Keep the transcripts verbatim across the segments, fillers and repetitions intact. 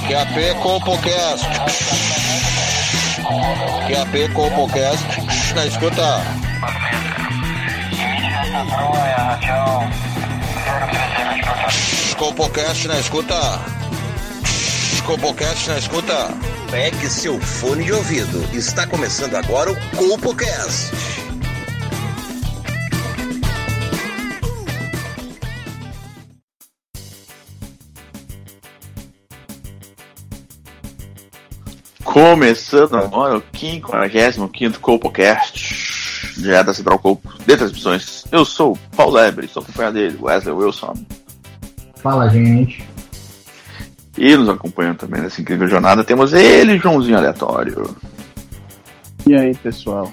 Q A P Compocast. Q A P Compocast. Na escuta. Compocast na escuta. Compocast na escuta. Pegue seu fone de ouvido. Está começando agora o Compocast. Começando agora o quinquagésimo quinto Compocast, direto da Central Copo de Transmissões. Eu sou o Paulo Lebre, estou acompanhado dele, Wesley Wilson. Fala, gente. E nos acompanhando também nessa incrível jornada temos ele, Joãozinho Aleatório. E aí, pessoal?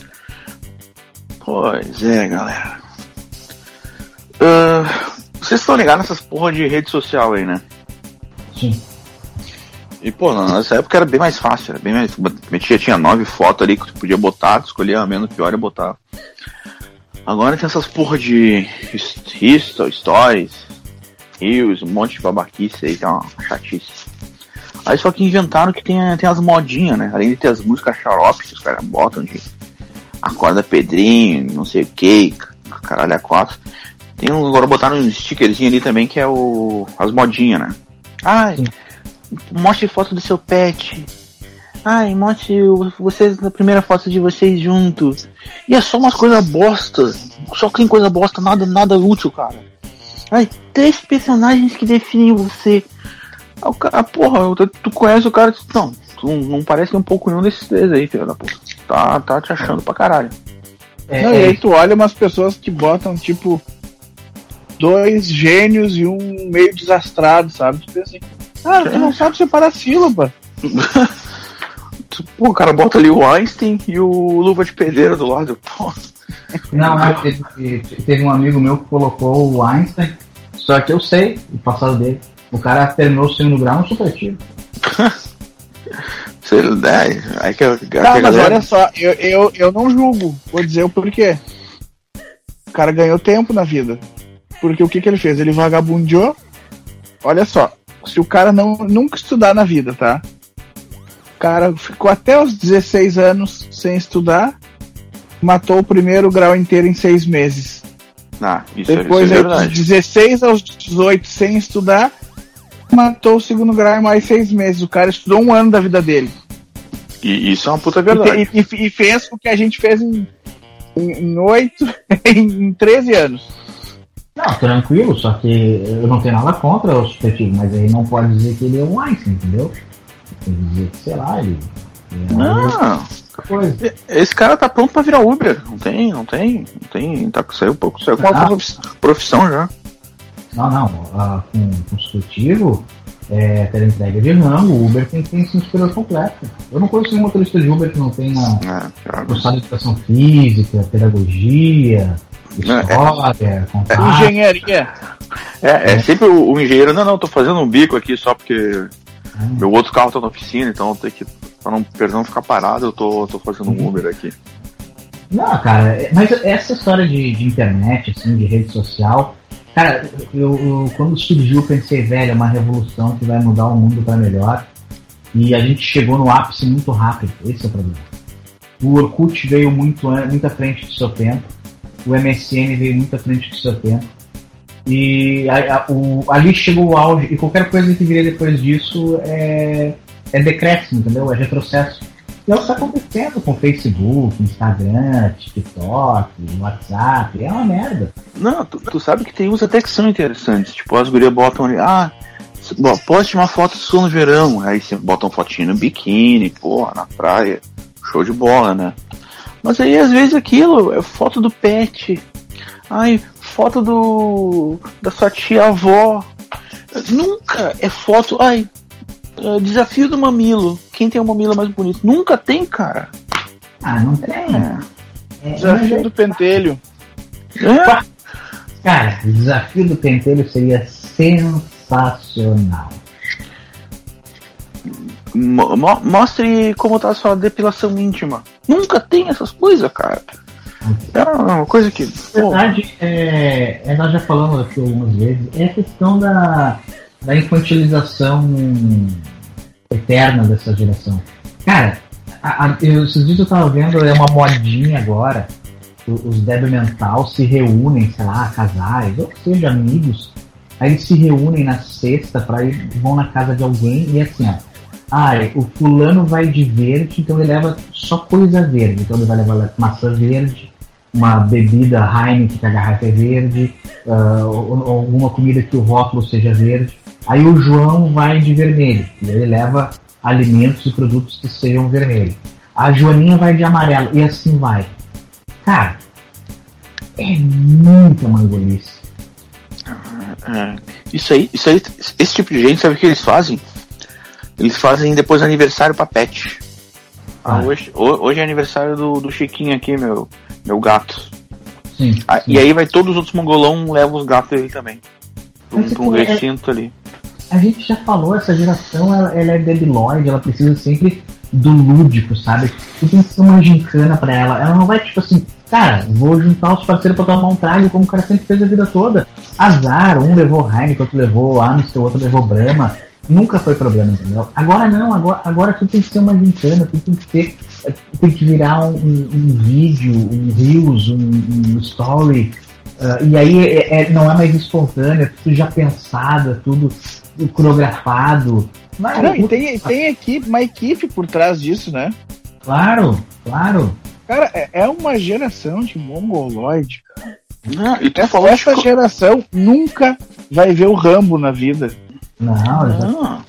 Pois é, galera. Uh, vocês estão ligados nessas porra de rede social aí, né? Sim. E, pô, nessa época era bem mais fácil, era bem mais... Metia, tinha nove fotos ali que tu podia botar, tu escolhia a menos pior e botar. Agora tem essas porra de Insta, Stories, Reels, um monte de babaquice aí, que é uma chatice. Aí só que inventaram que tem, tem as modinhas, né? Além de ter as músicas xarope que os caras botam de Acorda Pedrinho, não sei o que, caralho, a quatro. Tem um, agora botaram um stickerzinho ali também que é o as modinhas, né? Ai... Sim. Mostre foto do seu pet. Ai, mostre vocês na primeira foto de vocês juntos. E é só umas coisas bosta. Só tem coisa bosta, nada, nada útil, cara. Ai, três personagens que definem você. Ah, o cara, porra, tu, tu conhece o cara? Não, tu não parece um pouco nenhum desses três aí, filho da puta. Tá, tá te achando pra caralho. É, não, é. E aí tu olha umas pessoas que botam, tipo, dois gênios e um meio desastrado, sabe? Tu pensa assim, ah, tu não sabe separar sílaba. Pô, o cara bota ali o Einstein e o Luva de Pedreiro do lado. Pô. Não, não teve, teve um amigo meu que colocou o Einstein, só que eu sei o passado dele. O cara terminou o segundo grau no supletivo. Sei lá, aí que eu. Não, mas olha só, eu, eu, eu não julgo. Vou dizer o porquê. O cara ganhou tempo na vida. Porque o que, que ele fez? Ele vagabundeou. Olha só. Se o cara não, nunca estudar na vida, tá? O cara ficou até os dezesseis anos sem estudar, matou o primeiro grau inteiro em seis meses. Ah, isso Depois, é, isso é verdade. Dos dezesseis aos dezoito sem estudar, matou o segundo grau em mais seis meses. O cara estudou um ano da vida dele. E isso é uma puta verdade. E, e, e fez o que a gente fez em, em, em oito, em treze anos. Não, tranquilo, só que eu não tenho nada contra o supletivo, mas aí não pode dizer que ele é um Einstein, entendeu? Tem que dizer que, sei lá, ele... ele não, coisa. Esse cara tá pronto pra virar Uber, não tem, não tem, não tem, tá, saiu um pouco, saiu com uma ah, profissão já. Não, não, uh, com, com o supletivo, é, ter entrega de ramo, o Uber tem que ter ensino superior completo. Eu não conheço nenhum motorista de Uber que não tenha é, cursado de educação física, pedagogia... História, é, engenharia. É, é sempre o, o engenheiro, não, não, tô fazendo um bico aqui só porque é. meu outro carro tá na oficina, então eu tenho que, pra não, pra não ficar parado, eu tô, tô fazendo um Uber aqui. Não, cara, mas essa história de, de internet, assim, de rede social, cara, eu, eu quando surgiu eu pensei, velho, é uma revolução que vai mudar o mundo pra melhor, e a gente chegou no ápice muito rápido, esse é o problema. O Orkut veio muito, muito à frente do seu tempo. O M S N veio muito à frente do seu tempo. E a, a, o, ali chegou o auge. E qualquer coisa que viria depois disso é, é decréscimo, entendeu? É retrocesso. E é o que está acontecendo com Facebook, Instagram, TikTok, WhatsApp. É uma merda. Não, tu, tu sabe que tem uns até que são interessantes. Tipo, as gurias botam ali, ah, poste uma foto sua no verão. Aí você bota uma fotinha no biquíni, porra, na praia. Show de bola, né? Mas aí, às vezes, aquilo é foto do pet. Ai, foto do da sua tia-avó. Nunca é foto... Ai, é desafio do mamilo. Quem tem o mamilo mais bonito? Nunca tem, cara. Ah, não tem. É. É, desafio é... do pentelho. É? Cara, o desafio do pentelho seria sensacional. Mo- mostre como tá a sua depilação íntima. Nunca tem essas coisas, cara. É uma coisa que... Na verdade, é, é, nós já falamos aqui algumas vezes, é a questão da, da infantilização eterna dessa geração. Cara, a, a, eu, esses dias eu tava vendo, é uma modinha agora, os débil mental se reúnem, sei lá, casais, ou seja, amigos, aí eles se reúnem na sexta pra ir, vão na casa de alguém e assim, ó, ah, o fulano vai de verde, então ele leva só coisa verde, então ele vai levar maçã verde, uma bebida Heineken que a garrafa é verde, uh, ou, ou alguma comida que o rótulo seja verde. Aí o João vai de vermelho, e ele leva alimentos e produtos que sejam vermelhos. A Joaninha vai de amarelo, e assim vai. Cara, é muita mangolice. É, isso aí, isso aí, esse tipo de gente, sabe o que eles fazem? Eles fazem depois aniversário pra pet. Ah, ah. Hoje, hoje é aniversário do, do Chiquinho aqui, meu, meu gato. Sim, ah, sim. E aí vai todos os outros mongolão, levam os gatos aí também. Um, Mas, um é, recinto ali. A gente já falou, essa geração ela, ela é debilóide, ela precisa sempre do lúdico, sabe? Tu tem que ser uma gincana pra ela. Ela não vai tipo assim, cara, vou juntar os parceiros pra tomar um trago como o cara sempre fez a vida toda. Azar, um levou Heineken, outro levou Amstel, outro levou Brahma. Nunca foi problema, entendeu? Agora não, agora, agora tu tem que ser uma gincana, tu tem que ter, tem que virar um, um, um vídeo, um reels, um, um story. Uh, e aí é, é, não é mais espontâneo, é tudo já pensado, é tudo coreografado. Mas, não, e tem, tem equipe, uma equipe por trás disso, né? Claro, claro. Cara, é, é uma geração de mongoloide, cara. Não, e tu essa falou essa de... geração nunca vai ver o Rambo na vida. Não, não.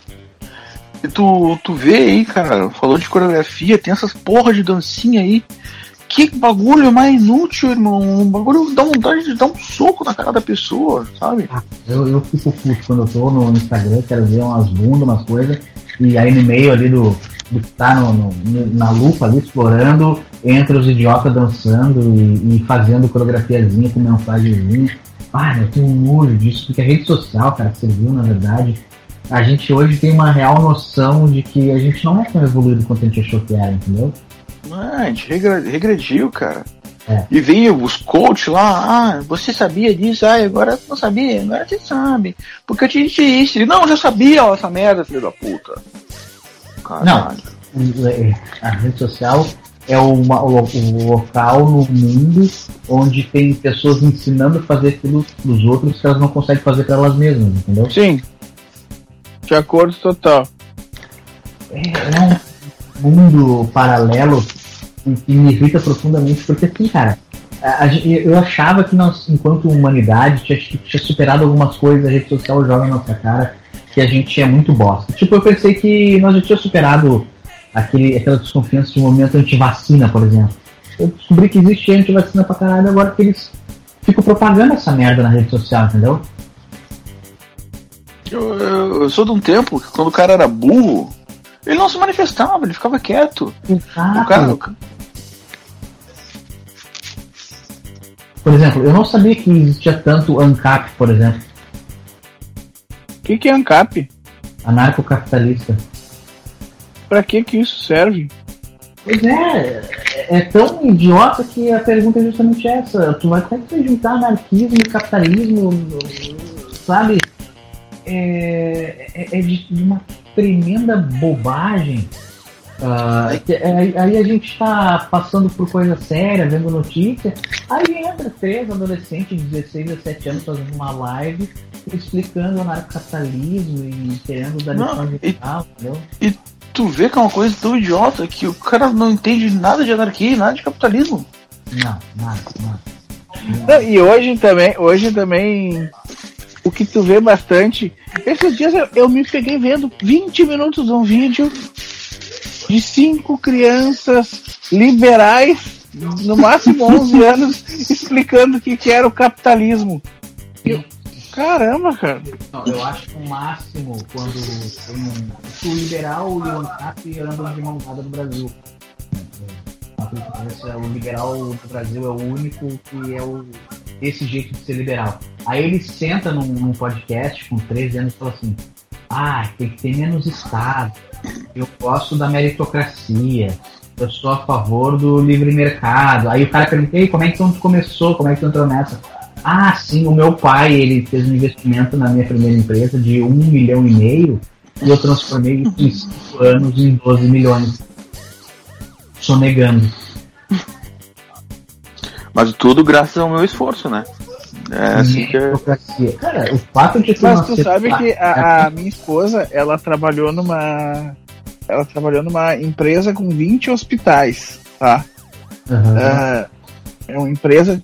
E tu, tu vê aí, cara, falou de coreografia, tem essas porra de dancinha aí. Que bagulho mais inútil, irmão. Um bagulho dá vontade de dar um soco na cara da pessoa, sabe? Eu, eu fico puto quando eu tô no Instagram, quero ver umas bundas, umas coisas, e aí no meio ali do, do que tá no, no, na lupa ali, explorando, entra os idiotas dançando e, e fazendo coreografiazinha com mensagenzinha. Ah, eu tenho nojo disso, porque a rede social, cara, serviu, na verdade. A gente hoje tem uma real noção de que a gente não é tão evoluído quanto a gente achou que era, entendeu? Ah, a gente regrediu, cara. É. E veio os coaches lá, ah, você sabia disso? Ah, agora não sabia, agora você sabe. Porque eu te disse isso. Não, eu já sabia ó, essa merda, filho da puta. Caralho. Não, a rede social é uma, o, o local no mundo onde tem pessoas ensinando a fazer aquilo pros outros que elas não conseguem fazer pra elas mesmas, entendeu? Sim. De acordo total. É, é um mundo paralelo que me irrita profundamente, porque assim, cara, a, a, eu achava que nós, enquanto humanidade, tinha, tinha superado algumas coisas, a rede social joga na nossa cara, que a gente é muito bosta. Tipo, eu pensei que nós já tínhamos superado aquele, aquela desconfiança de movimento anti-vacina, por exemplo. Eu descobri que existe anti-vacina pra caralho agora que eles ficam propagando essa merda na rede social, entendeu? Eu, eu, eu sou de um tempo que quando o cara era burro, ele não se manifestava, ele ficava quieto. Exato. O cara, o cara... Por exemplo, eu não sabia que existia tanto ANCAP, por exemplo. O que, que é ANCAP? Anarcocapitalista. Pra que que isso serve? Pois é, é tão idiota que a pergunta é justamente essa. Tu vai como é que vai juntar anarquismo e capitalismo, sabe? É, é, é de uma tremenda bobagem. Uh, aí, aí a gente tá passando por coisa séria, vendo notícia, aí entra três adolescentes de dezesseis, dezessete anos fazendo uma live explicando o anarcocapitalismo e querendo dar lição digital, entendeu? E tu vê que é uma coisa tão idiota que o cara não entende nada de anarquia, nada de capitalismo. Não, nada, nada. Não, e hoje também, hoje também o que tu vê bastante, esses dias eu, eu me peguei vendo vinte minutos de um vídeo de cinco crianças liberais, no máximo onze anos, explicando o que, que era o capitalismo. Eu, caramba, cara. Não, eu acho que o máximo quando um, o liberal e o ANCAP andam de mão dada no Brasil. O liberal do Brasil é o único que é o, esse jeito de ser liberal. Aí ele senta num, num podcast com treze anos e fala assim: ah, tem que ter menos Estado, eu gosto da meritocracia, eu sou a favor do livre mercado. Aí o cara pergunta: ei, como é que tu começou, como é que tu entrou nessa? Ah, sim, o meu pai, ele fez um investimento na minha primeira empresa de um milhão e meio e eu transformei isso em cinco anos em doze milhões. Sonegando. Mas tudo graças ao meu esforço, né? É assim que é... Cara, o fato de que Mas tu sabe que a, a minha esposa, ela trabalhou numa. Ela trabalhou numa empresa com vinte hospitais, tá? Uhum. É, é uma empresa,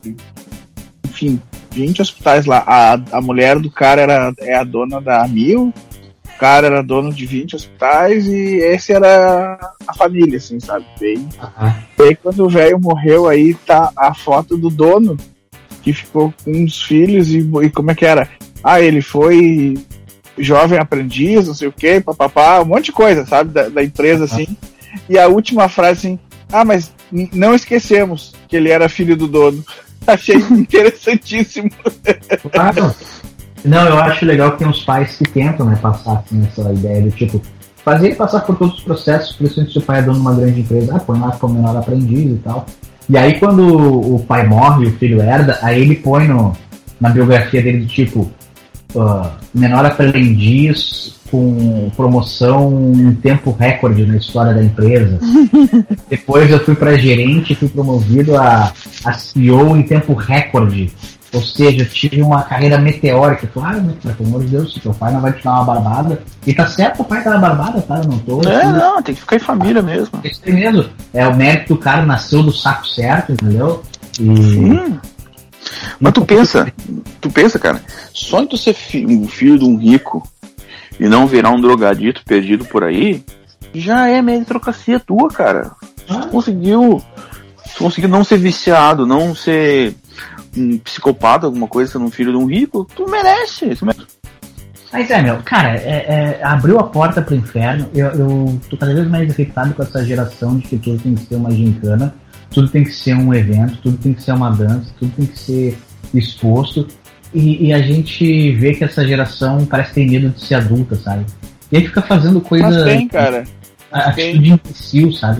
enfim, vinte hospitais lá. A, a mulher do cara era, é a dona da Mil, o cara era dono de vinte hospitais e esse era a família, assim, sabe? Bem, Uhum. E aí quando o velho morreu, aí tá a foto do dono, que ficou com os filhos e, e como é que era? Ah, ele foi jovem aprendiz, não sei o que, papapá, um monte de coisa, sabe, da, da empresa, assim. E a última frase, assim, ah, mas não esquecemos que ele era filho do dono. Achei interessantíssimo. Claro. Não, eu acho legal que tem uns pais que tentam, né, passar assim, essa ideia do tipo, fazer ele passar por todos os processos, principalmente se o pai é dono de uma grande empresa, ah, põe lá como menor aprendiz e tal. E aí quando o pai morre e o filho herda, aí ele põe no, na biografia dele do tipo, uh, menor aprendiz com promoção em tempo recorde na história da empresa. Depois eu fui para gerente e fui promovido a, a C E O em tempo recorde. Ou seja, eu tive uma carreira meteórica. Claro, né? Pelo amor de Deus, se teu pai não vai te dar uma barbada. E tá certo, o pai tá na barbada, tá? Eu não tô. É, assim, não, tem que ficar em família mesmo. É isso aí mesmo. É o mérito do cara, nasceu do saco certo, entendeu? E... Sim. Mas tu pensa, tu pensa, cara, só em tu ser fi- um filho de um rico e não virar um drogadito perdido por aí, já é meritocracia tua, cara. Ah. Tu conseguiu, tu conseguiu não ser viciado, não ser um psicopata, alguma coisa, sendo um filho de um rico, tu merece. Tu merece. Mas é, meu, cara, é, é, abriu a porta pro inferno. Eu, eu tô cada vez mais afetado com essa geração de que tudo tem que ser uma gincana, tudo tem que ser um evento, tudo tem que ser uma dança, tudo tem que ser exposto. E, e a gente vê que essa geração parece ter medo de ser adulta, sabe? E aí fica fazendo coisa. Mas tem, cara. Atitude de imbecil, sabe?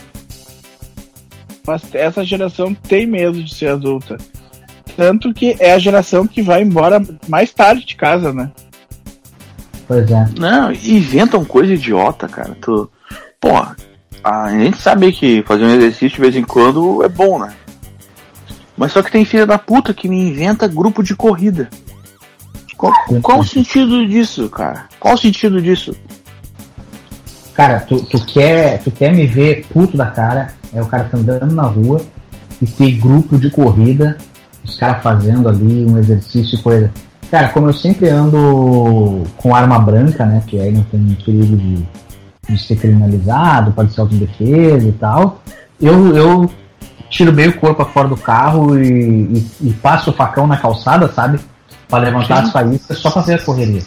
Mas essa geração tem medo de ser adulta. Tanto que é a geração que vai embora mais tarde de casa, né? Pois é. Não, inventam coisa idiota, cara. Tu, pô, a gente sabe que fazer um exercício de vez em quando é bom, né? Mas só que tem filha da puta que me inventa grupo de corrida. Qual, qual o sentido disso, cara? Qual o sentido disso? Cara, tu, tu, quer, tu quer me ver puto da cara, é o cara tá andando na rua e ter grupo de corrida, os caras fazendo ali um exercício e coisa. Cara, como eu sempre ando com arma branca, né, que aí não tem perigo de, de ser criminalizado, pode ser autodefesa e tal, eu, eu tiro meio corpo fora do carro e, e, e passo o facão na calçada, sabe? Pra levantar Sim. as faíscas só pra fazer a correria.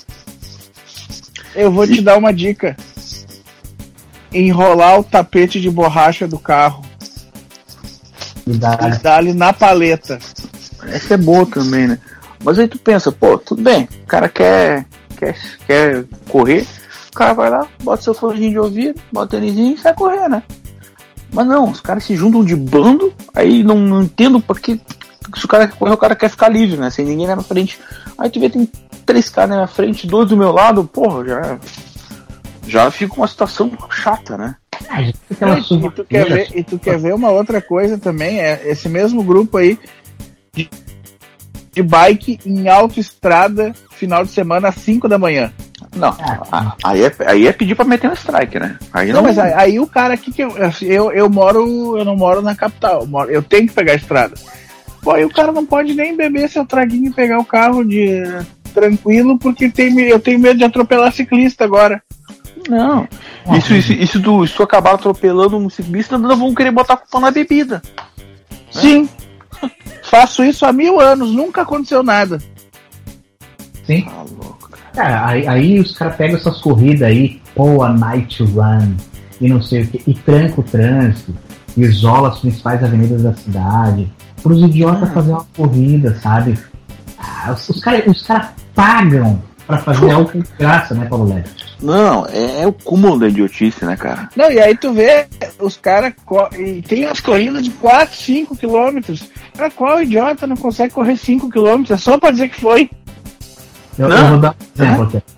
Eu vou te dar uma dica. Enrolar o tapete de borracha do carro. E dá ali na paleta. Essa é boa também, né? Mas aí tu pensa, pô, tudo bem, o cara quer, quer, quer correr, o cara vai lá, bota seu fonezinho de ouvido, bota o tênisinho e sai correr, né? Mas não, os caras se juntam de bando, aí não, não entendo porque se o cara quer correr, o cara quer ficar livre, né? Sem ninguém na frente. Aí tu vê, tem três caras na frente, dois do meu lado, porra, já, já fica uma situação chata, né? Ah, e, e, tu quer ver, e tu quer ver uma outra coisa também, é esse mesmo grupo aí de, de bike em autoestrada, final de semana às cinco da manhã. Não, aí é, aí é pedir pra meter um strike, né? Aí não, não mas aí, aí o cara aqui que eu, eu, eu moro, eu não moro na capital, eu, moro, eu tenho que pegar a estrada. Pô, aí o cara não pode nem beber seu traguinho e pegar o carro de tranquilo, porque tem, eu tenho medo de atropelar ciclista agora. Não, isso, isso, isso tu, se tu acabar atropelando um ciclista, não vão querer botar a culpa na bebida. Sim, né? Faço isso há mil anos, nunca aconteceu nada. Sim. Tá louco, cara. Cara, aí, aí os caras pegam essas corridas aí, pô, a night run, e não sei o que, e tranca o trânsito, e isola as principais avenidas da cidade, pros idiotas ah. fazer uma corrida, sabe? Ah, os os caras os cara pagam pra fazer algo com graça, né, Paulo Leve? Não, é, é o cúmulo da idiotice, né, cara? Não, e aí tu vê, os caras co- e tem as corridas de quatro, cinco quilômetros. Cara, qual idiota não consegue correr cinco quilômetros? É só pra dizer que foi. Eu, eu vou dar um exemplo aqui.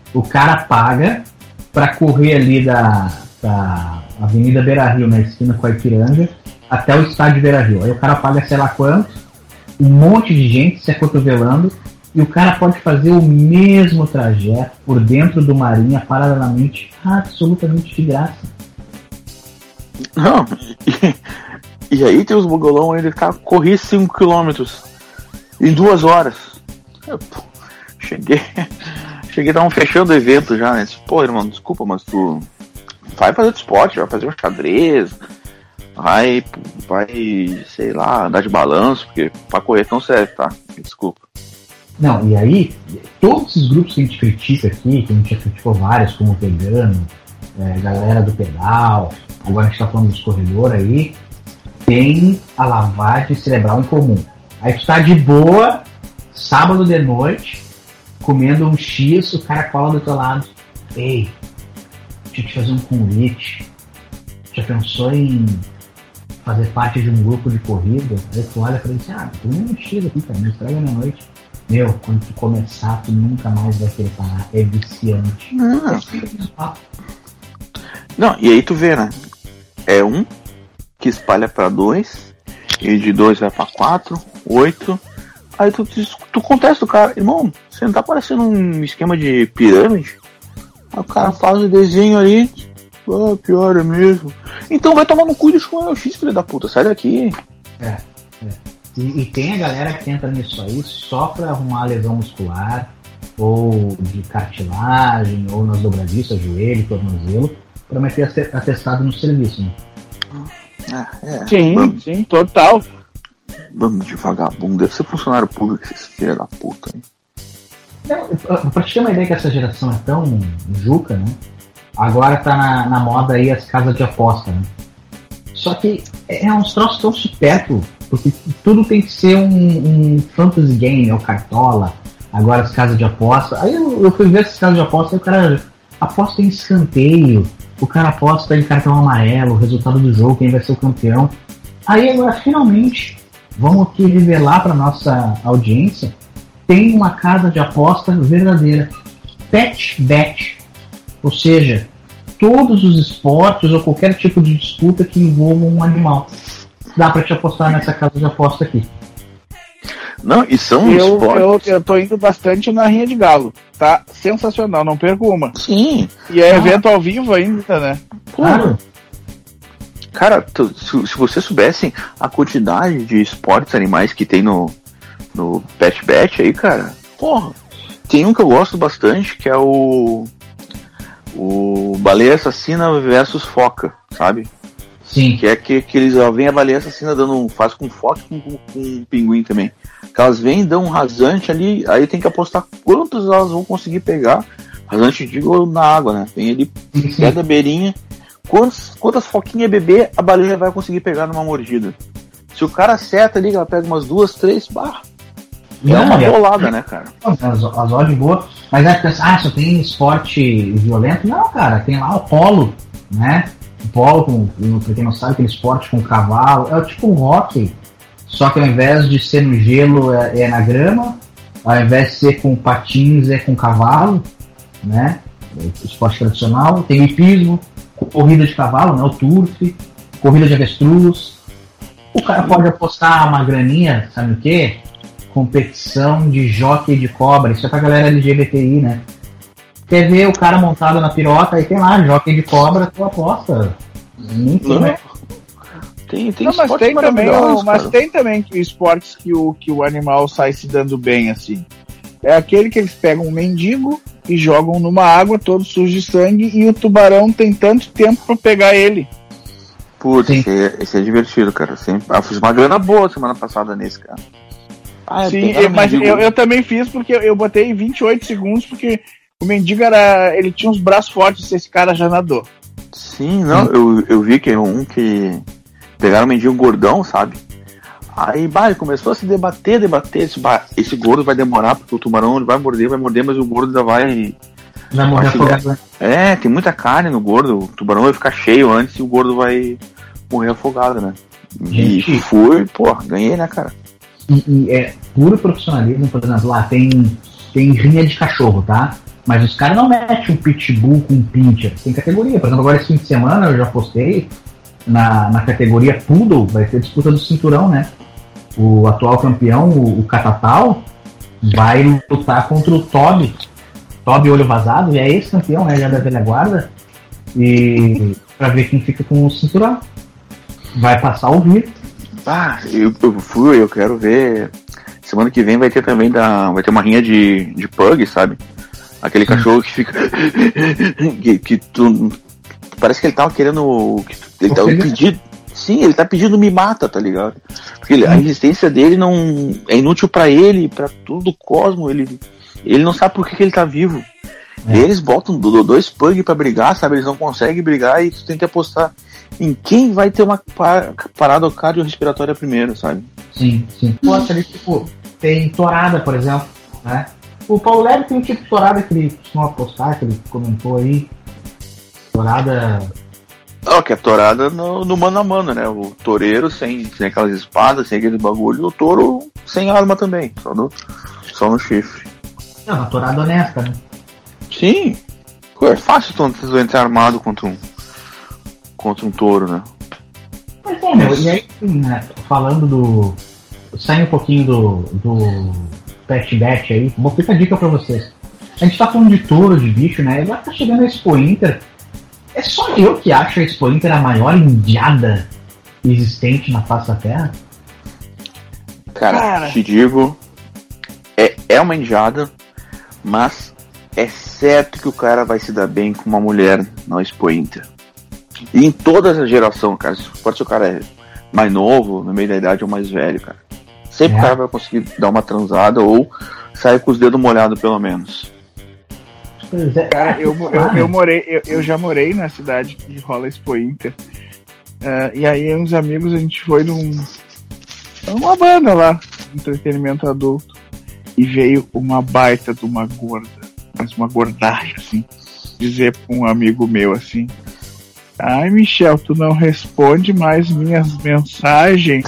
O cara paga pra correr ali da, da Avenida Beira-Rio, na esquina com a Ipiranga, até o estádio Beira-Rio. Aí o cara paga sei lá quanto, um monte de gente se acotovelando, e o cara pode fazer o mesmo trajeto por dentro do Marinha, paralelamente, absolutamente de graça. Não, e, e aí tem os bugolão ainda que cara corri cinco quilômetros em duas horas. Eu, pô, cheguei, cheguei, estavam fechando o evento já, né? Pô, irmão, desculpa, mas tu vai fazer esporte, vai fazer um xadrez, vai, vai, sei lá, andar de balanço, porque pra correr não serve, tá? Desculpa. Não, e aí, todos esses grupos que a gente critica aqui, que a gente já criticou vários, como o Vegano, é, galera do pedal, agora a gente tá falando dos corredores aí, tem a lavagem cerebral em comum. Aí tu tá de boa, sábado de noite, comendo um X, o cara cola do teu lado. Ei, tinha que fazer um convite. Já pensou em fazer parte de um grupo de corrida? Aí tu olha pra ele e diz, ah, tu nem um X aqui, cara, não estraga minha noite. Meu, quando tu começar, tu nunca mais vai querer parar. É viciante. Não. Não, e aí tu vê, né? É um que espalha pra dois, e de dois vai pra quatro, oito. Aí tu, tu, tu contesta o cara, irmão, você não tá parecendo um esquema de pirâmide? Aí o cara faz o desenho ali, ah, pior é mesmo. Então vai tomar no cu de com o X, filho da puta, sai daqui. É, é. E, e tem a galera que entra nisso aí só pra arrumar lesão muscular, ou de cartilagem, ou nas dobradiças, joelho, tornozelo, pra meter atestado no serviço, né? Ah, é. Sim, Vamos. sim, total. Vamos de vagabundo, deve ser funcionário público esses filha da puta, hein? Não, pra te ter uma ideia que essa geração é tão juca, né? Agora tá na, na moda aí as casas de aposta, né? Só que é uns troços tão supérfluos, porque tudo tem que ser um, um fantasy game, ou cartola, agora as casas de aposta. Aí eu, eu fui ver essas casas de aposta e o cara aposta em escanteio, o cara aposta em cartão amarelo, o resultado do jogo, quem vai ser o campeão. Aí agora finalmente, vamos aqui revelar para nossa audiência, tem uma casa de aposta verdadeira, Pet Bet, ou seja, todos os esportes ou qualquer tipo de disputa que envolva um animal. Dá pra te apostar nessa casa de aposta aqui. Não, e são eu, esportes. eu, eu tô indo bastante na Rinha de Galo. Tá sensacional, não perco uma. Sim. E é ah. evento ao vivo ainda, né? Claro. Cara, tu, se, se vocês soubessem a quantidade de esportes animais que tem no, no Pet Bet aí, cara, porra. Tem um que eu gosto bastante, que é o o Baleia Assassina versus Foca, sabe? Sim. Que é que, que eles ó, vem a baleia assassina dando um, faz com foca e com, com, com um pinguim também. Que elas vêm, dão um rasante ali, aí tem que apostar quantos elas vão conseguir pegar. Rasante, digo, na água, né? Tem ali, pé da beirinha. Quantas, quantas foquinhas bebê a baleia vai conseguir pegar numa mordida? Se o cara acerta ali, ela pega umas duas, três, bah. É Não, uma é- bolada, né, cara? As, as odds boas, mas é pensar, ah, só tem esporte violento? Não, cara, tem lá o polo, né? O polo, com, pra quem não sabe, aquele esporte com cavalo, é tipo um hockey, só que ao invés de ser no gelo é, é na grama, ao invés de ser com patins é com cavalo, né? É o esporte tradicional. Tem o hipismo, corrida de cavalo, né? O turf, corrida de avestruz. O cara pode apostar uma graninha, sabe o quê? Competição de jockey de cobra. Isso é pra galera L G B T I, né? Quer ver o cara montado na piroca e tem lá, jockey de cobra, tu aposta. Enfim, né? Tem, tem Não, mas esportes tem também, maravilhosos, o- mas cara. tem também esportes que o, que o animal sai se dando bem, assim. É aquele que eles pegam um mendigo e jogam numa água todo sujo de sangue e o tubarão tem tanto tempo pra pegar ele. Putz, Sim. esse é, esse é divertido, cara. Sempre, ah, fiz uma grana boa semana passada nesse, cara. Ah, Sim, pegaram eu- mas mendigo. eu, eu também fiz porque eu botei vinte e oito segundos porque o mendigo era. Ele tinha uns braços fortes, esse cara já nadou. Sim, não, eu, eu vi que é um que pegaram um mendigo gordão, sabe? Aí, bah, ele começou a se debater, debater. Esse, bah, esse gordo vai demorar, porque o tubarão ele vai morder, vai morder, mas o gordo ainda vai. Vai morrer Acho que afogado. É, tem muita carne no gordo. O tubarão vai ficar cheio antes e o gordo vai morrer afogado, né? Gente. E fui, pô, ganhei, né, cara? E, e é puro profissionalismo, por exemplo, lá tem, tem rinha de cachorro, tá? Mas os caras não metem um pitbull com um pincher. Tem categoria. Por exemplo, agora esse fim de semana eu já postei na, na categoria Poodle, vai ter disputa do cinturão, né? O atual campeão, o, o Catatal, vai lutar contra o Toby. Toby Olho Vazado, e é esse campeão, né? Já da velha guarda. E pra ver quem fica com o cinturão. Vai passar o vídeo. Ah, eu, eu fui, eu quero ver. Semana que vem vai ter também da, vai ter uma rinha de, de pug, sabe? Aquele Sim. cachorro que fica. que, que tu. Parece que ele tava querendo. Que tu, ele tava pedindo. Sim, ele tá pedindo me mata, tá ligado? Porque ele, a resistência dele não. É inútil pra ele, pra tudo o cosmo. Ele, ele não sabe por que, que ele tá vivo. É. E eles botam dois pug pra brigar, sabe? Eles não conseguem brigar e tu tem que apostar em quem vai ter uma parada cardiorrespiratória primeiro, sabe? Sim, sim. Pô, ali, tipo, tem torada, por exemplo, né? O Paulo Leve tem um tipo de torada que ele costuma apostar, que ele comentou aí. Torada... Ó, oh, que é torada no, no mano a mano, né? O toureiro sem, sem aquelas espadas, sem aquele bagulho. O touro sem arma também, só no, só no chifre. É uma torada honesta, né? Sim. Pô, é fácil tu entrar armado contra um, contra um touro, né? Mas é, meu, e aí, né, falando do... Sai um pouquinho do... do Pet Bet aí, vou ficar a dica pra vocês. A gente tá falando de touro, de bicho, né? Agora tá chegando a Expo Inter. É só eu que acho a Expo Inter a maior indiada existente na face da Terra? Cara, Cara. te digo, é, é uma indiada, mas é certo que o cara vai se dar bem com uma mulher na Expo Inter. E em toda essa geração, cara, pode ser o cara é mais novo, no meio da idade ou mais velho, cara. Sempre é. o cara vai conseguir dar uma transada ou sair com os dedos molhados, pelo menos. Cara, eu, eu, eu, morei, eu, eu já morei na cidade que rola Expo Inter. Uh, e aí, uns amigos, a gente foi num, numa banda lá, entretenimento adulto. E veio uma baita de uma gorda, mas uma gordacha, assim, dizer pra um amigo meu assim: ai, Michel, tu não responde mais minhas mensagens.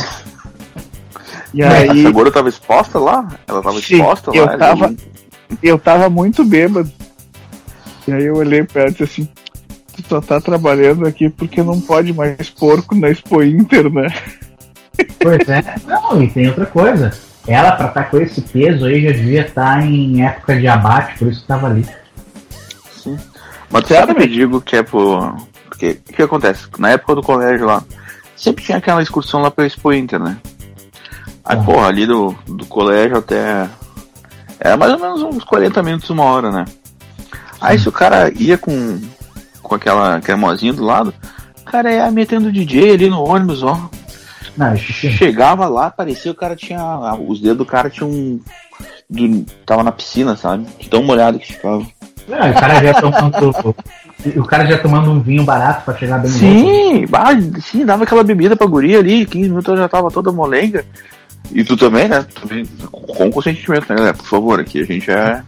E aí, essa gorda tava exposta lá? Ela tava sim, exposta eu lá? Tava, ali. Eu tava muito bêbado. E aí eu olhei pra ela e disse assim: tu só tá trabalhando aqui porque não pode mais porco na Expo Inter, né? Pois é. Não, e tem outra coisa. Ela, pra estar com esse peso aí, já devia estar em época de abate, por isso que tava ali. Sim. Mas sabe que eu digo que é por... Porque o que acontece? Na época do colégio lá, sempre tinha aquela excursão lá pra Expo Inter, né? Aí, ah. porra, ali do, do colégio até... Era mais ou menos uns quarenta minutos, uma hora, né? Aí se o cara ia com, com aquela cremosinha do lado, o cara ia metendo D J ali no ônibus, ó. Não, chegava lá, parecia que o cara tinha... Os dedos do cara tinham um... Do, tava na piscina, sabe? De tão molhado que ficava. Não, o cara já tomando... o cara já tomando um vinho barato pra chegar bem no Sim, bah, sim, dava aquela bebida pra guria ali, quinze minutos já tava toda molenga. E tu também, né? Também, com consentimento, né, galera? Por favor, aqui a gente é...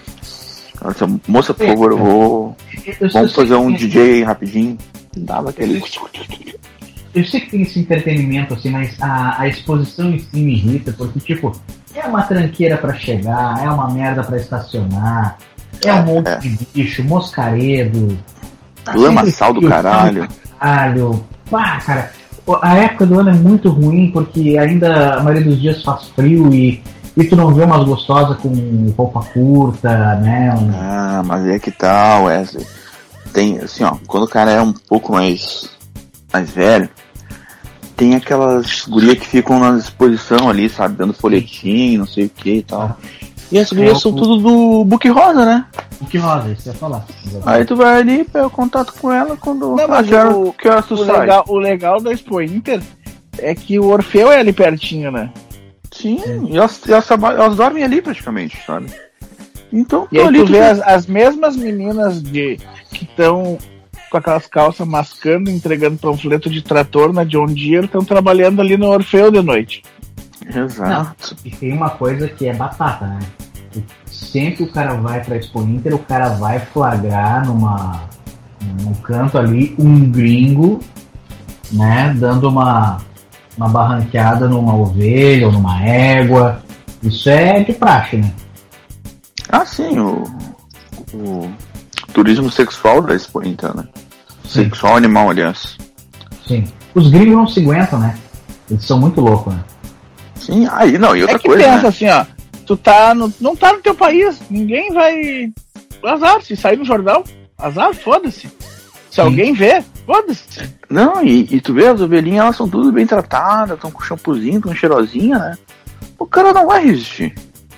Moça, por favor, eu vou... Vamos fazer um D J rapidinho. Dava aquele... Eu sei que tem esse entretenimento, assim, mas a, a exposição em si me irrita, porque, tipo, é uma tranqueira pra chegar, é uma merda pra estacionar, é um monte é. de bicho, moscaredo... Tá lamaçal do caralho. caralho. Pá, cara, a época do ano é muito ruim, porque ainda a maioria dos dias faz frio e, e tu não vê umas gostosas com roupa curta, né? Um... Ah, mas é que tal, Wesley. Tem, assim, ó, quando o cara é um pouco mais, mais velho, tem aquelas gurias que ficam na exposição ali, sabe, dando folhetim, não sei o que e tal. E as gurias é, são o... tudo do Book Rosa, né? Book Rosa, isso eu ia falar. Aí tu vai ali, pega o contato com ela quando... Não, mas ah, o, que horas tu o, sai? legal, o legal da Expo Inter é que o Orfeu é ali pertinho, né? Sim, e elas, elas, elas dormem ali praticamente, sabe? Então, e aí ali tu tu vê vê as, as mesmas meninas de, que estão com aquelas calças mascando, entregando panfleto de trator na John Deere, estão trabalhando ali no Orfeu de noite. Exato. Não, e tem uma coisa que é batata, né? Sempre o cara vai pra Expo Inter, o cara vai flagrar numa, num canto ali um gringo, né? Dando uma, uma barranqueada numa ovelha ou numa égua. Isso é de praxe, né? Ah, sim, o, o turismo sexual da Expo Inter, né? Sim. Sexual animal, aliás. Sim. Os gringos não se aguentam, né? Eles são muito loucos, né? Sim, aí não, e outra é que coisa, pensa né? assim, ó, tu tá no, não tá no teu país, ninguém vai... Azar, se sair no jornal, azar, foda-se. Se Sim. alguém vê, foda-se. Não, e, e tu vê, as ovelhinhas, elas são tudo bem tratadas, estão com shampoozinho, estão cheirosinha, né? O cara não vai resistir.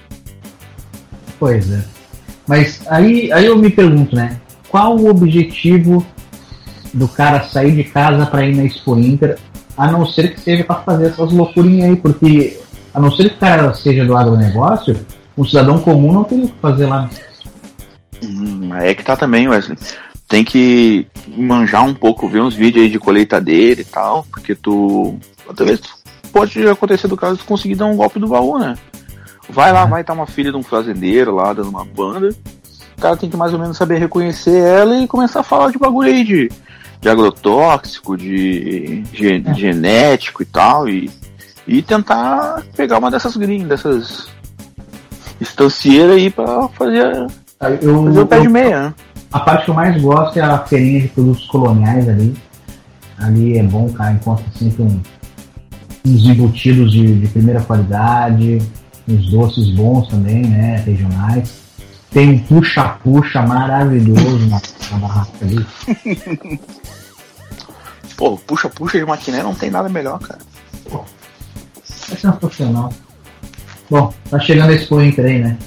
Pois é. Mas aí, aí eu me pergunto, né? Qual o objetivo do cara sair de casa pra ir na Expo Inter, a não ser que seja pra fazer essas loucurinhas aí, porque a não ser que o cara seja do agronegócio, um cidadão comum não tem o que fazer lá. Hum, aí é que tá também, Wesley. Tem que manjar um pouco, ver uns vídeos aí de colheitadeira e tal, porque tu... Talvez pode acontecer do caso de tu conseguir dar um golpe do baú, né? Vai lá, vai estar uma filha de um fazendeiro lá, dando uma banda. O cara tem que mais ou menos saber reconhecer ela e começar a falar de bagulho aí de, de agrotóxico, de, de, de genético e tal, e, e tentar pegar uma dessas gringas, dessas estancieiras aí pra fazer, Eu, fazer o pé eu, de meia, né? A parte que eu mais gosto é a feirinha de produtos coloniais ali. Ali é bom, cara, encontra sempre um, uns embutidos de, de primeira qualidade, uns doces bons também, né, regionais. Tem um puxa-puxa maravilhoso na, na barraca ali. Pô, puxa-puxa de maquiné não tem nada melhor, cara. É sensacional. Bom, tá chegando a Expo Inter aí, né?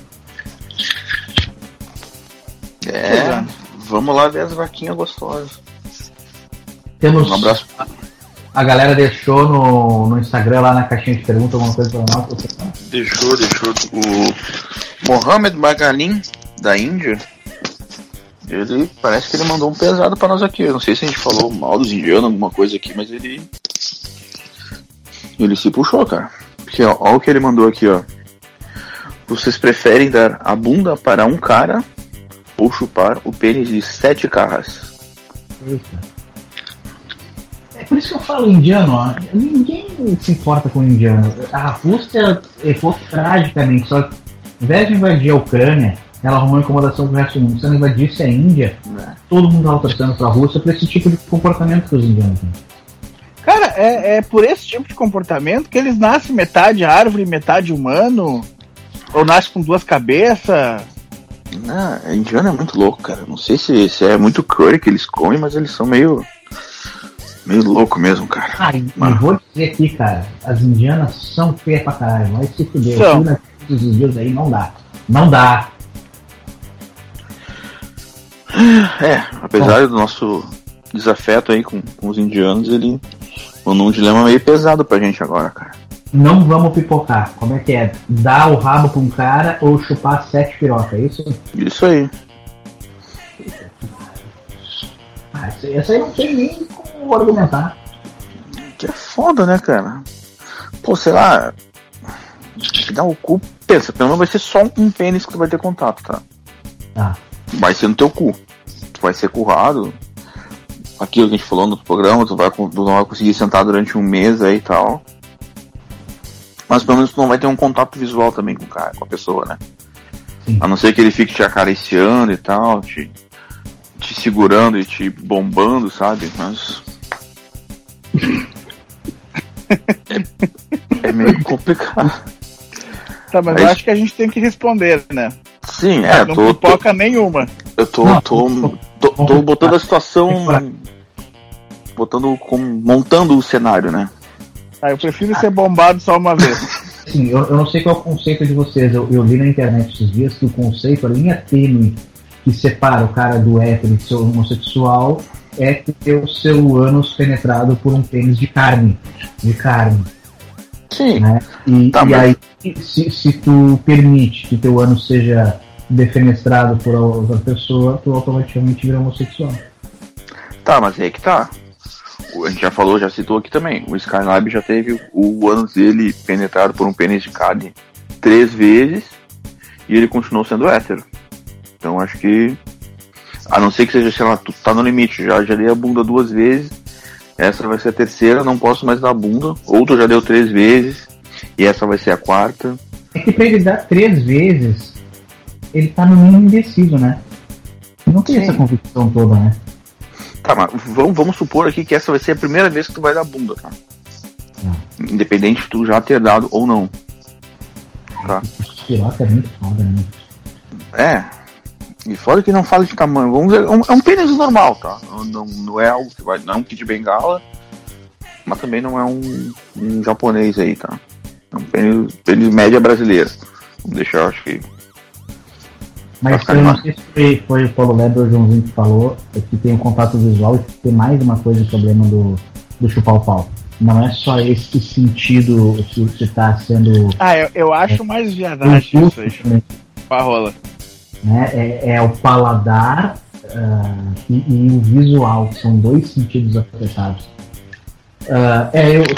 É, vamos lá ver as vaquinhas gostosas. Temos... Um abraço. A galera deixou no, no Instagram, lá na caixinha de perguntas, alguma coisa pra nós. Deixou, deixou. O Mohamed Magalim, da Índia, ele parece que ele mandou um pesado pra nós aqui. Eu não sei se a gente falou mal dos indianos, alguma coisa aqui, mas ele. Ele se puxou, cara. Porque, ó, ó o que ele mandou aqui, ó. Vocês preferem dar a bunda para um cara ou chupar o pênis de sete caras? Eita. É por isso que eu falo indiano, ó. Ninguém se importa com o indiano. A Rússia errou tragicamente, só que ao invés de invadir a Ucrânia, ela arrumou incomodação com o resto do mundo. Se ela invadisse a Índia, é. todo mundo estava torcendo para a Rússia por esse tipo de comportamento que os indianos têm. Cara, é, é por esse tipo de comportamento que eles nascem metade árvore, metade humano, ou nascem com duas cabeças. Não, a indiana é muito louco, cara. Não sei se, se é muito curry que eles comem, mas eles são meio... meio louco mesmo, cara. Ah, e Mano. vou dizer aqui, cara, as indianas são feias pra caralho, mas se fuder, esses dias aí não dá. Não dá. É, apesar Bom. do nosso desafeto aí com, com os indianos, ele mandou um dilema meio pesado pra gente agora, cara. Não vamos pipocar. Como é que é? Dar o rabo pra um cara ou chupar sete pirocas, é isso? Isso aí. Ah, essa aí não tem nem como argumentar. Que é foda, né, cara? Pô, sei lá. Dá o cu. Pensa, pelo menos vai ser só um pênis que tu vai ter contato, tá? Tá. Vai ser no teu cu. Tu vai ser currado. Aquilo que a gente falou no programa, tu, vai, tu não vai conseguir sentar durante um mês aí e tal. Mas pelo menos tu não vai ter um contato visual também com o cara, com a pessoa, né? Sim. A não ser que ele fique te acariciando e tal, te. te segurando e te bombando, sabe? Mas é, é meio complicado. Tá, mas, mas eu acho que a gente tem que responder, né? Sim, é, não tô, pipoca tô, nenhuma. Eu tô, não, tô, tô, tô, tô botando a situação, botando, com, montando o cenário, né? Ah, eu prefiro ser bombado só uma vez. Sim, eu, eu não sei qual é o conceito de vocês. Eu, eu vi na internet esses dias que o conceito, a linha tênue que separa o cara do hétero de ser homossexual é ter o seu ânus penetrado por um pênis de carne. De carne. Sim. Né? E, tá, e mas... aí, se, se tu permite que teu ânus seja defenestrado por outra pessoa, tu automaticamente vira homossexual. Tá, mas é aí que tá. A gente já falou, já citou aqui também. O Skylab já teve o ânus dele penetrado por um pênis de carne três vezes e ele continuou sendo hétero. Então acho que, a não ser que seja, sei lá, tu tá no limite, já, já dei a bunda duas vezes, essa vai ser a terceira, não posso mais dar a bunda, ou tu já deu três vezes, e essa vai ser a quarta. É que pra ele dar três vezes, ele tá no mínimo indeciso, né? não tem Sim. essa convicção toda, né? Tá, mas vamos, vamos supor aqui que essa vai ser a primeira vez que tu vai dar bunda, tá? É. Independente de tu já ter dado ou não. Tá? Piroca é muito foda, né? É. E fora que não fala de tamanho. Vamos ver, é um, é um pênis normal, tá? Não, não, não é algo que vai. Não é um kit bengala, mas também não é um, um japonês aí, tá? É um pênis, pênis média brasileira. Vamos deixar, acho que. Mas eu não sei se foi, foi o Paulo Weber ou o Joãozinho que falou, é que tem um contato visual e tem mais uma coisa, o problema do, do chupar o pau. Não é só esse sentido que está sendo... Ah, eu, eu acho é, mais viadagem isso aí. Parola. Né? É, é o paladar uh, e, e o visual, que são dois sentidos afetados. Uh, é, eu...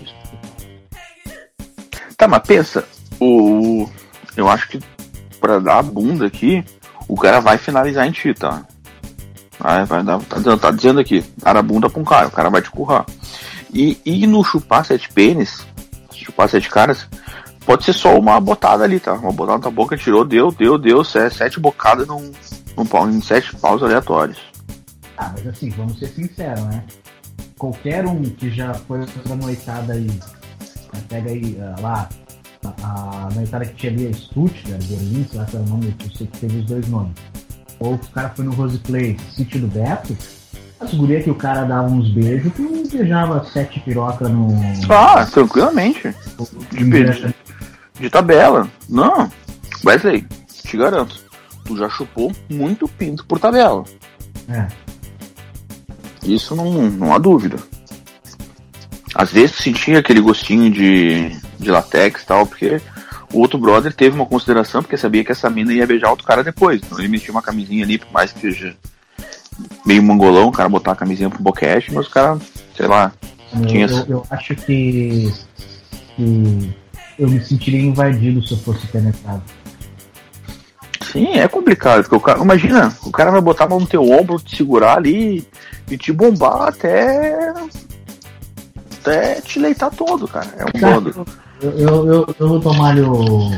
Tá, mas pensa, o... eu acho que pra dar a bunda aqui, o cara vai finalizar em ti, tá? Vai, vai dar, tá, tá dizendo aqui, dar a bunda pra um cara, o cara vai te currar. E, e no chupar sete pênis, chupar sete caras, pode ser só uma botada ali, tá? Uma botada na boca, tirou, deu, deu, deu, sete bocadas num, num pau, em sete paus aleatórios. Ah, mas assim, vamos ser sinceros, né? Qualquer um que já foi pra noitada aí, pega aí, uh, lá, a noitada que tinha ali, a Stuttgart, Berlim, sei lá qual é o nome, eu sei que teve os dois nomes. Ou o cara foi no Roseplay, sentido Beto, as gurias que o cara dava uns beijos, tu beijava sete pirocas no... Ah, tranquilamente. De, de, de tabela. Não, Wesley, te garanto, tu já chupou muito pinto por tabela. É. Isso não, não há dúvida. Às vezes sentia aquele gostinho de, de latex e tal, porque o outro brother teve uma consideração, porque sabia que essa mina ia beijar outro cara depois. Então ele metia uma camisinha ali, por mais que seja meio mangolão, o cara botar a camisinha pro boquete, mas o cara, sei lá, eu, tinha... Eu, eu acho que, que eu me sentiria invadido se eu fosse penetrado. Sim, é complicado, porque o cara, imagina, o cara vai botar a mão no teu ombro, te segurar ali e te bombar até... até te leitar todo, cara. É um modo. Eu, eu, eu, eu vou tomar o.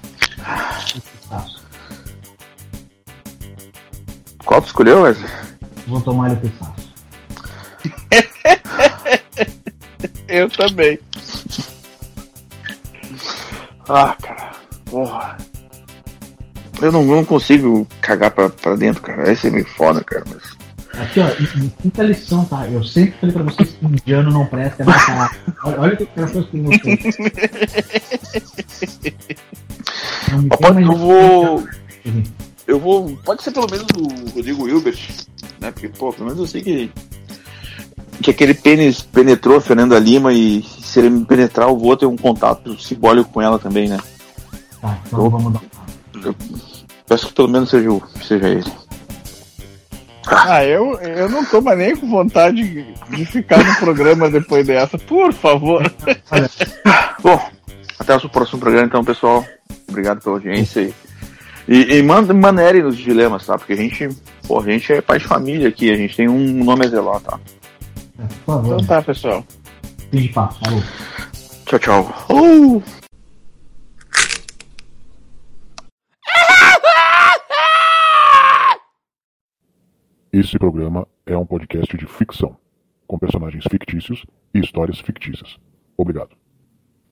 Qual tu escolheu, Wesley? Vou tomar o pistaço. Eu também. Ah, cara. Porra. Eu não, não consigo cagar pra, pra dentro, cara. Esse é meio foda, cara. Mas... Aqui, ó, muita lição, tá? Eu sempre falei pra vocês que indiano não presta, é mais falar. Olha, olha o que as pessoas têm vocês. Pode, eu vou. Eu vou. Pode ser pelo menos o Rodrigo Hilbert, né? Porque, pô, pelo menos eu sei que. Que aquele pênis penetrou a Fernanda Lima e se ele me penetrar, eu vou ter um contato simbólico com ela também, né? Tá, então eu, vamos dar. Eu peço que pelo menos seja, seja ele. Ah, eu, eu não tô mais nem com vontade de, de ficar no programa depois dessa, por favor. Bom, até o próximo programa então, pessoal. Obrigado pela audiência e, e, e manerem nos dilemas, tá? Porque a gente, pô, a gente é pai de família aqui, a gente tem um nome a zelar, tá? É, por favor. Então tá, pessoal. Fim de papo, falou. Tchau, tchau. Oh! Esse programa é um podcast de ficção, com personagens fictícios e histórias fictícias. Obrigado.